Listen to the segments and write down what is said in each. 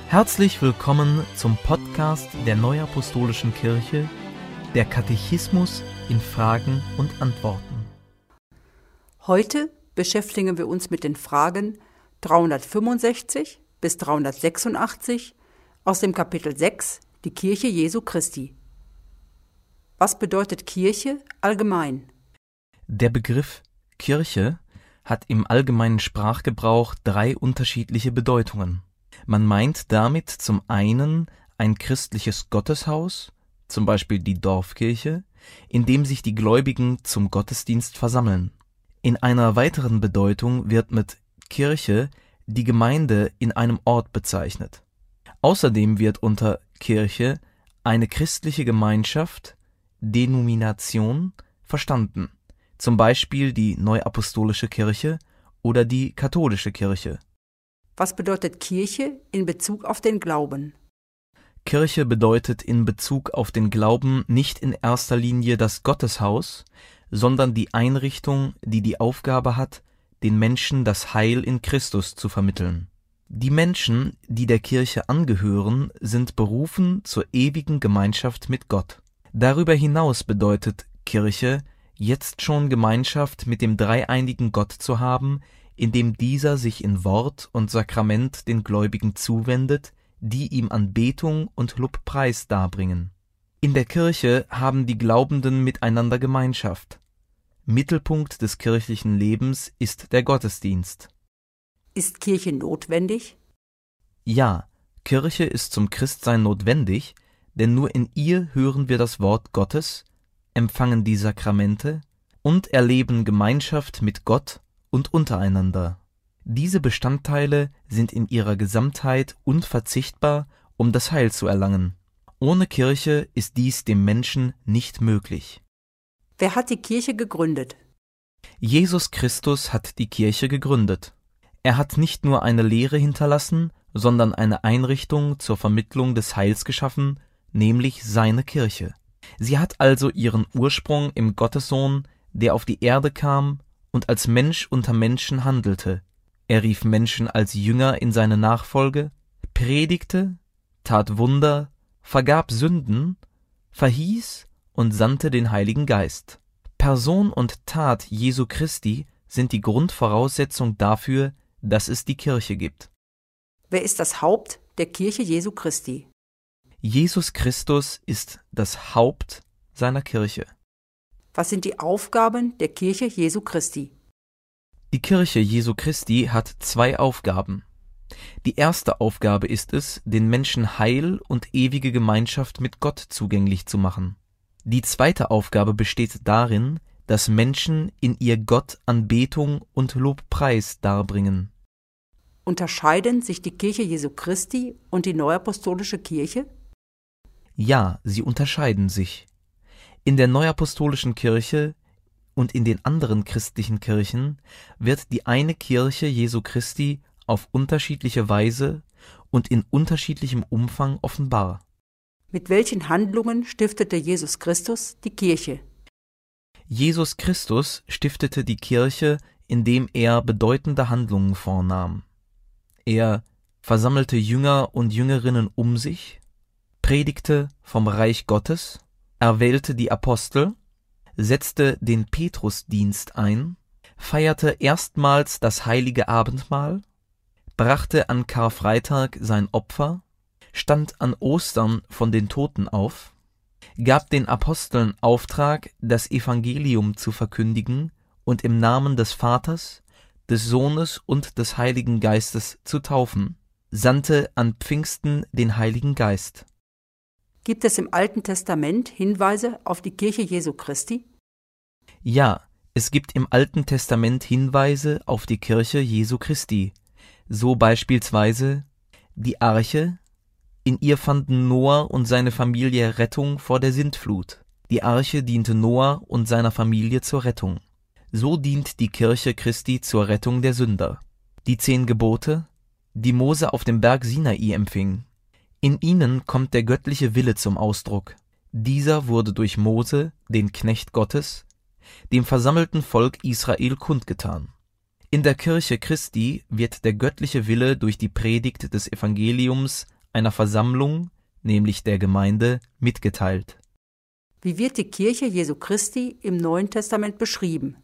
Herzlich willkommen zum Podcast der Neuapostolischen Kirche, der Katechismus in Fragen und Antworten. Heute beschäftigen wir uns mit den Fragen 365 bis 386 aus dem Kapitel 6, die Kirche Jesu Christi. Was bedeutet Kirche allgemein? Der Begriff Kirche hat im allgemeinen Sprachgebrauch drei unterschiedliche Bedeutungen. Man meint damit zum einen ein christliches Gotteshaus, zum Beispiel die Dorfkirche, in dem sich die Gläubigen zum Gottesdienst versammeln. In einer weiteren Bedeutung wird mit Kirche die Gemeinde in einem Ort bezeichnet. Außerdem wird unter Kirche eine christliche Gemeinschaft, Denomination, verstanden, zum Beispiel die Neuapostolische Kirche oder die Katholische Kirche. Was bedeutet Kirche in Bezug auf den Glauben? Kirche bedeutet in Bezug auf den Glauben nicht in erster Linie das Gotteshaus, sondern die Einrichtung, die die Aufgabe hat, den Menschen das Heil in Christus zu vermitteln. Die Menschen, die der Kirche angehören, sind berufen zur ewigen Gemeinschaft mit Gott. Darüber hinaus bedeutet Kirche, jetzt schon Gemeinschaft mit dem dreieinigen Gott zu haben, indem dieser sich in Wort und Sakrament den Gläubigen zuwendet, die ihm Anbetung und Lobpreis darbringen. In der Kirche haben die Glaubenden miteinander Gemeinschaft. Mittelpunkt des kirchlichen Lebens ist der Gottesdienst. Ist Kirche notwendig? Ja, Kirche ist zum Christsein notwendig, denn nur in ihr hören wir das Wort Gottes, empfangen die Sakramente und erleben Gemeinschaft mit Gott und untereinander. Diese Bestandteile sind in ihrer Gesamtheit unverzichtbar, um das Heil zu erlangen. Ohne Kirche ist dies dem Menschen nicht möglich. Wer hat die Kirche gegründet? Jesus Christus hat die Kirche gegründet. Er hat nicht nur eine Lehre hinterlassen, sondern eine Einrichtung zur Vermittlung des Heils geschaffen, nämlich seine Kirche. Sie hat also ihren Ursprung im Gottessohn, der auf die Erde kam und als Mensch unter Menschen handelte. Er rief Menschen als Jünger in seine Nachfolge, predigte, tat Wunder, vergab Sünden, verhieß und sandte den Heiligen Geist. Person und Tat Jesu Christi sind die Grundvoraussetzung dafür, dass es die Kirche gibt. Wer ist das Haupt der Kirche Jesu Christi? Jesus Christus ist das Haupt seiner Kirche. Was sind die Aufgaben der Kirche Jesu Christi? Die Kirche Jesu Christi hat zwei Aufgaben. Die erste Aufgabe ist es, den Menschen Heil und ewige Gemeinschaft mit Gott zugänglich zu machen. Die zweite Aufgabe besteht darin, dass Menschen in ihr Gott Anbetung und Lobpreis darbringen. Unterscheiden sich die Kirche Jesu Christi und die Neuapostolische Kirche? Ja, sie unterscheiden sich. In der Neuapostolischen Kirche und in den anderen christlichen Kirchen wird die eine Kirche Jesu Christi auf unterschiedliche Weise und in unterschiedlichem Umfang offenbar. Mit welchen Handlungen stiftete Jesus Christus die Kirche? Jesus Christus stiftete die Kirche, indem er bedeutende Handlungen vornahm. Er versammelte Jünger und Jüngerinnen um sich, predigte vom Reich Gottes, erwählte die Apostel, setzte den Petrusdienst ein, feierte erstmals das heilige Abendmahl, brachte an Karfreitag sein Opfer, stand an Ostern von den Toten auf, gab den Aposteln Auftrag, das Evangelium zu verkündigen und im Namen des Vaters, des Sohnes und des Heiligen Geistes zu taufen, sandte an Pfingsten den Heiligen Geist. Gibt es im Alten Testament Hinweise auf die Kirche Jesu Christi? Ja, es gibt im Alten Testament Hinweise auf die Kirche Jesu Christi, so beispielsweise die Arche. In ihr fanden Noah und seine Familie Rettung vor der Sintflut. Die Arche diente Noah und seiner Familie zur Rettung. So dient die Kirche Christi zur Rettung der Sünder. Die 10 Gebote, die Mose auf dem Berg Sinai empfing. In ihnen kommt der göttliche Wille zum Ausdruck. Dieser wurde durch Mose, den Knecht Gottes, dem versammelten Volk Israel kundgetan. In der Kirche Christi wird der göttliche Wille durch die Predigt des Evangeliums einer Versammlung, nämlich der Gemeinde, mitgeteilt. Wie wird die Kirche Jesu Christi im Neuen Testament beschrieben?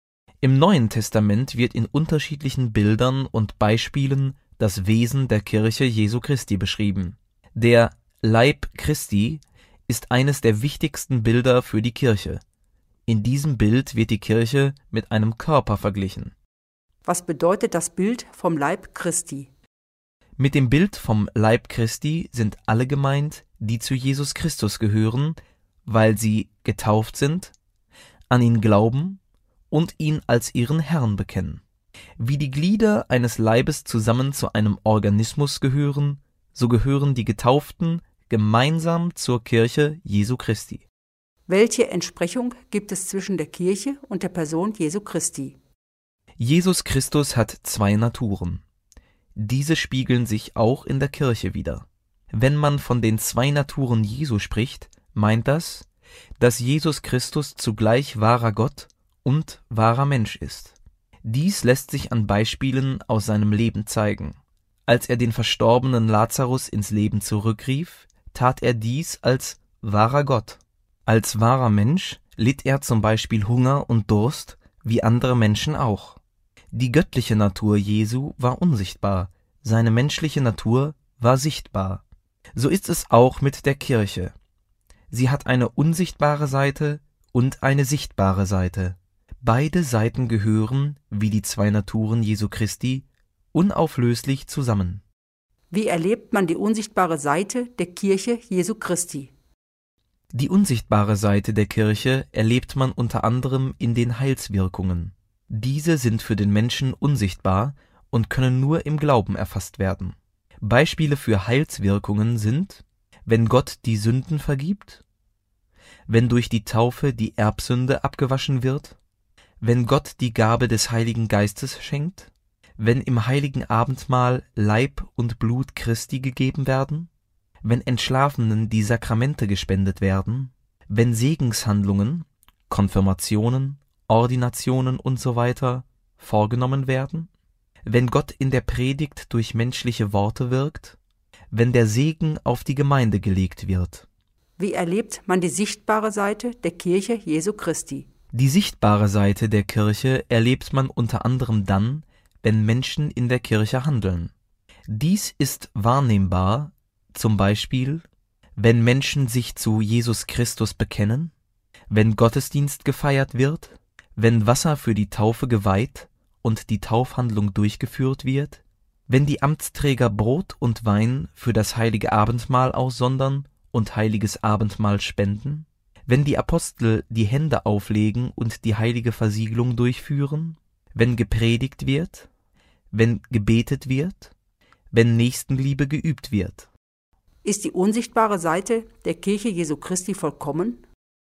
Im Neuen Testament wird in unterschiedlichen Bildern und Beispielen das Wesen der Kirche Jesu Christi beschrieben. Der Leib Christi ist eines der wichtigsten Bilder für die Kirche. In diesem Bild wird die Kirche mit einem Körper verglichen. Was bedeutet das Bild vom Leib Christi? Mit dem Bild vom Leib Christi sind alle gemeint, die zu Jesus Christus gehören, weil sie getauft sind, an ihn glauben und ihn als ihren Herrn bekennen. Wie die Glieder eines Leibes zusammen zu einem Organismus gehören, so gehören die Getauften gemeinsam zur Kirche Jesu Christi. Welche Entsprechung gibt es zwischen der Kirche und der Person Jesu Christi? Jesus Christus hat zwei Naturen. Diese spiegeln sich auch in der Kirche wider. Wenn man von den zwei Naturen Jesu spricht, meint das, dass Jesus Christus zugleich wahrer Gott und wahrer Mensch ist. Dies lässt sich an Beispielen aus seinem Leben zeigen. Als er den verstorbenen Lazarus ins Leben zurückrief, tat er dies als wahrer Gott. Als wahrer Mensch litt er zum Beispiel Hunger und Durst, wie andere Menschen auch. Die göttliche Natur Jesu war unsichtbar, seine menschliche Natur war sichtbar. So ist es auch mit der Kirche. Sie hat eine unsichtbare Seite und eine sichtbare Seite. Beide Seiten gehören, wie die zwei Naturen Jesu Christi, unauflöslich zusammen. Wie erlebt man die unsichtbare Seite der Kirche Jesu Christi? Die unsichtbare Seite der Kirche erlebt man unter anderem in den Heilswirkungen. Diese sind für den Menschen unsichtbar und können nur im Glauben erfasst werden. Beispiele für Heilswirkungen sind, wenn Gott die Sünden vergibt, wenn durch die Taufe die Erbsünde abgewaschen wird, wenn Gott die Gabe des Heiligen Geistes schenkt, wenn im Heiligen Abendmahl Leib und Blut Christi gegeben werden, wenn Entschlafenen die Sakramente gespendet werden, wenn Segenshandlungen, Konfirmationen, Ordinationen usw. vorgenommen werden, wenn Gott in der Predigt durch menschliche Worte wirkt, wenn der Segen auf die Gemeinde gelegt wird. Wie erlebt man die sichtbare Seite der Kirche Jesu Christi? Die sichtbare Seite der Kirche erlebt man unter anderem dann, wenn Menschen in der Kirche handeln. Dies ist wahrnehmbar, zum Beispiel, wenn Menschen sich zu Jesus Christus bekennen, wenn Gottesdienst gefeiert wird, wenn Wasser für die Taufe geweiht und die Taufhandlung durchgeführt wird, wenn die Amtsträger Brot und Wein für das heilige Abendmahl aussondern und heiliges Abendmahl spenden, wenn die Apostel die Hände auflegen und die heilige Versiegelung durchführen, wenn gepredigt wird, wenn gebetet wird, wenn Nächstenliebe geübt wird. Ist die unsichtbare Seite der Kirche Jesu Christi vollkommen?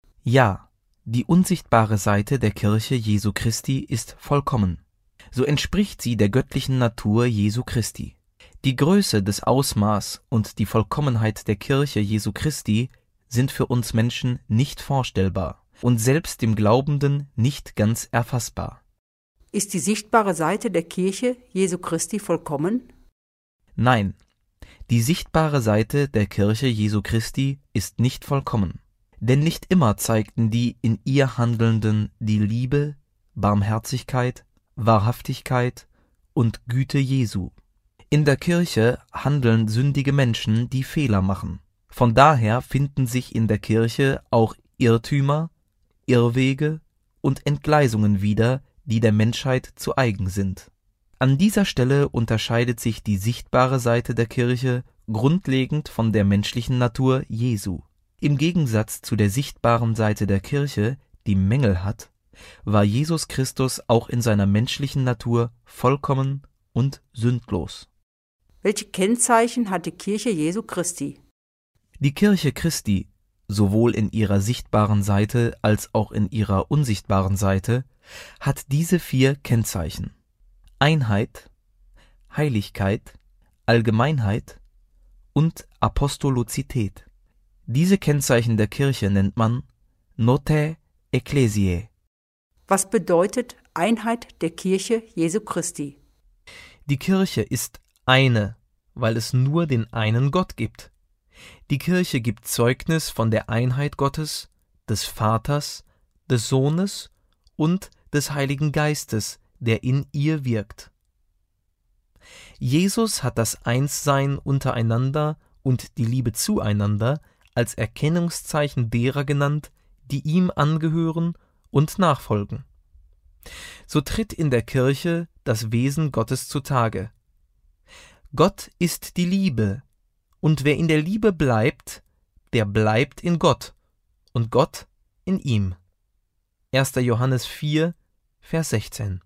Ja, die unsichtbare Seite der Kirche Jesu Christi ist vollkommen. So entspricht sie der göttlichen Natur Jesu Christi. Die Größe, das Ausmaß und die Vollkommenheit der Kirche Jesu Christi sind für uns Menschen nicht vorstellbar und selbst dem Glaubenden nicht ganz erfassbar. Ist die sichtbare Seite der Kirche Jesu Christi vollkommen? Nein, die sichtbare Seite der Kirche Jesu Christi ist nicht vollkommen. Denn nicht immer zeigten die in ihr Handelnden die Liebe, Barmherzigkeit, Wahrhaftigkeit und Güte Jesu. In der Kirche handeln sündige Menschen, die Fehler machen. Von daher finden sich in der Kirche auch Irrtümer, Irrwege und Entgleisungen wieder, die der Menschheit zu eigen sind. An dieser Stelle unterscheidet sich die sichtbare Seite der Kirche grundlegend von der menschlichen Natur Jesu. Im Gegensatz zu der sichtbaren Seite der Kirche, die Mängel hat, war Jesus Christus auch in seiner menschlichen Natur vollkommen und sündlos. Welche Kennzeichen hat die Kirche Jesu Christi? Die Kirche Christi, sowohl in ihrer sichtbaren Seite als auch in ihrer unsichtbaren Seite, hat diese 4 Kennzeichen: Einheit, Heiligkeit, Allgemeinheit und Apostolozität. Diese Kennzeichen der Kirche nennt man Notae Ecclesiae. Was bedeutet Einheit der Kirche Jesu Christi? Die Kirche ist eine, weil es nur den einen Gott gibt. Die Kirche gibt Zeugnis von der Einheit Gottes, des Vaters, des Sohnes und des Heiligen Geistes, der in ihr wirkt. Jesus hat das Einssein untereinander und die Liebe zueinander als Erkennungszeichen derer genannt, die ihm angehören und nachfolgen. So tritt in der Kirche das Wesen Gottes zutage. Gott ist die Liebe, und wer in der Liebe bleibt, der bleibt in Gott und Gott in ihm. 1. Johannes 4, Vers 16.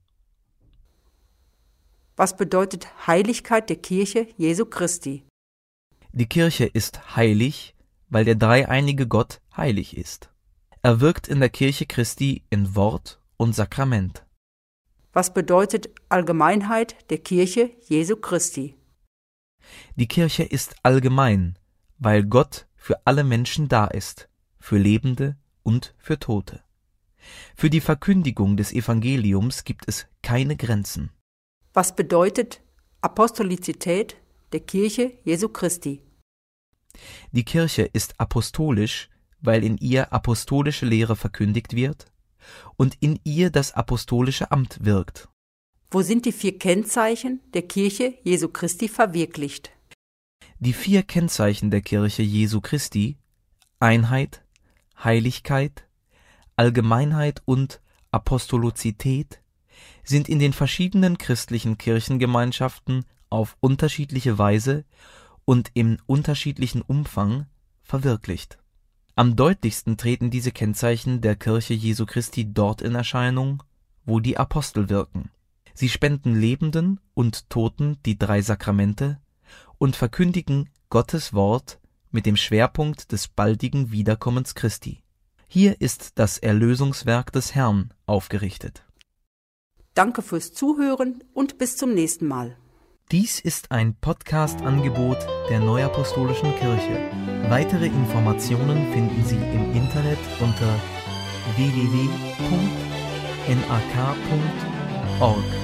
Was bedeutet Heiligkeit der Kirche Jesu Christi? Die Kirche ist heilig, weil der dreieinige Gott heilig ist. Er wirkt in der Kirche Christi in Wort und Sakrament. Was bedeutet Allgemeinheit der Kirche Jesu Christi? Die Kirche ist allgemein, weil Gott für alle Menschen da ist, für Lebende und für Tote. Für die Verkündigung des Evangeliums gibt es keine Grenzen. Was bedeutet Apostolizität der Kirche Jesu Christi? Die Kirche ist apostolisch, weil in ihr apostolische Lehre verkündigt wird und in ihr das apostolische Amt wirkt. Wo sind die 4 Kennzeichen der Kirche Jesu Christi verwirklicht? Die 4 Kennzeichen der Kirche Jesu Christi, Einheit, Heiligkeit, Allgemeinheit und Apostolizität, sind in den verschiedenen christlichen Kirchengemeinschaften auf unterschiedliche Weise und im unterschiedlichen Umfang verwirklicht. Am deutlichsten treten diese Kennzeichen der Kirche Jesu Christi dort in Erscheinung, wo die Apostel wirken. Sie spenden Lebenden und Toten die 3 Sakramente und verkündigen Gottes Wort mit dem Schwerpunkt des baldigen Wiederkommens Christi. Hier ist das Erlösungswerk des Herrn aufgerichtet. Danke fürs Zuhören und bis zum nächsten Mal. Dies ist ein Podcast-Angebot der Neuapostolischen Kirche. Weitere Informationen finden Sie im Internet unter www.nak.org.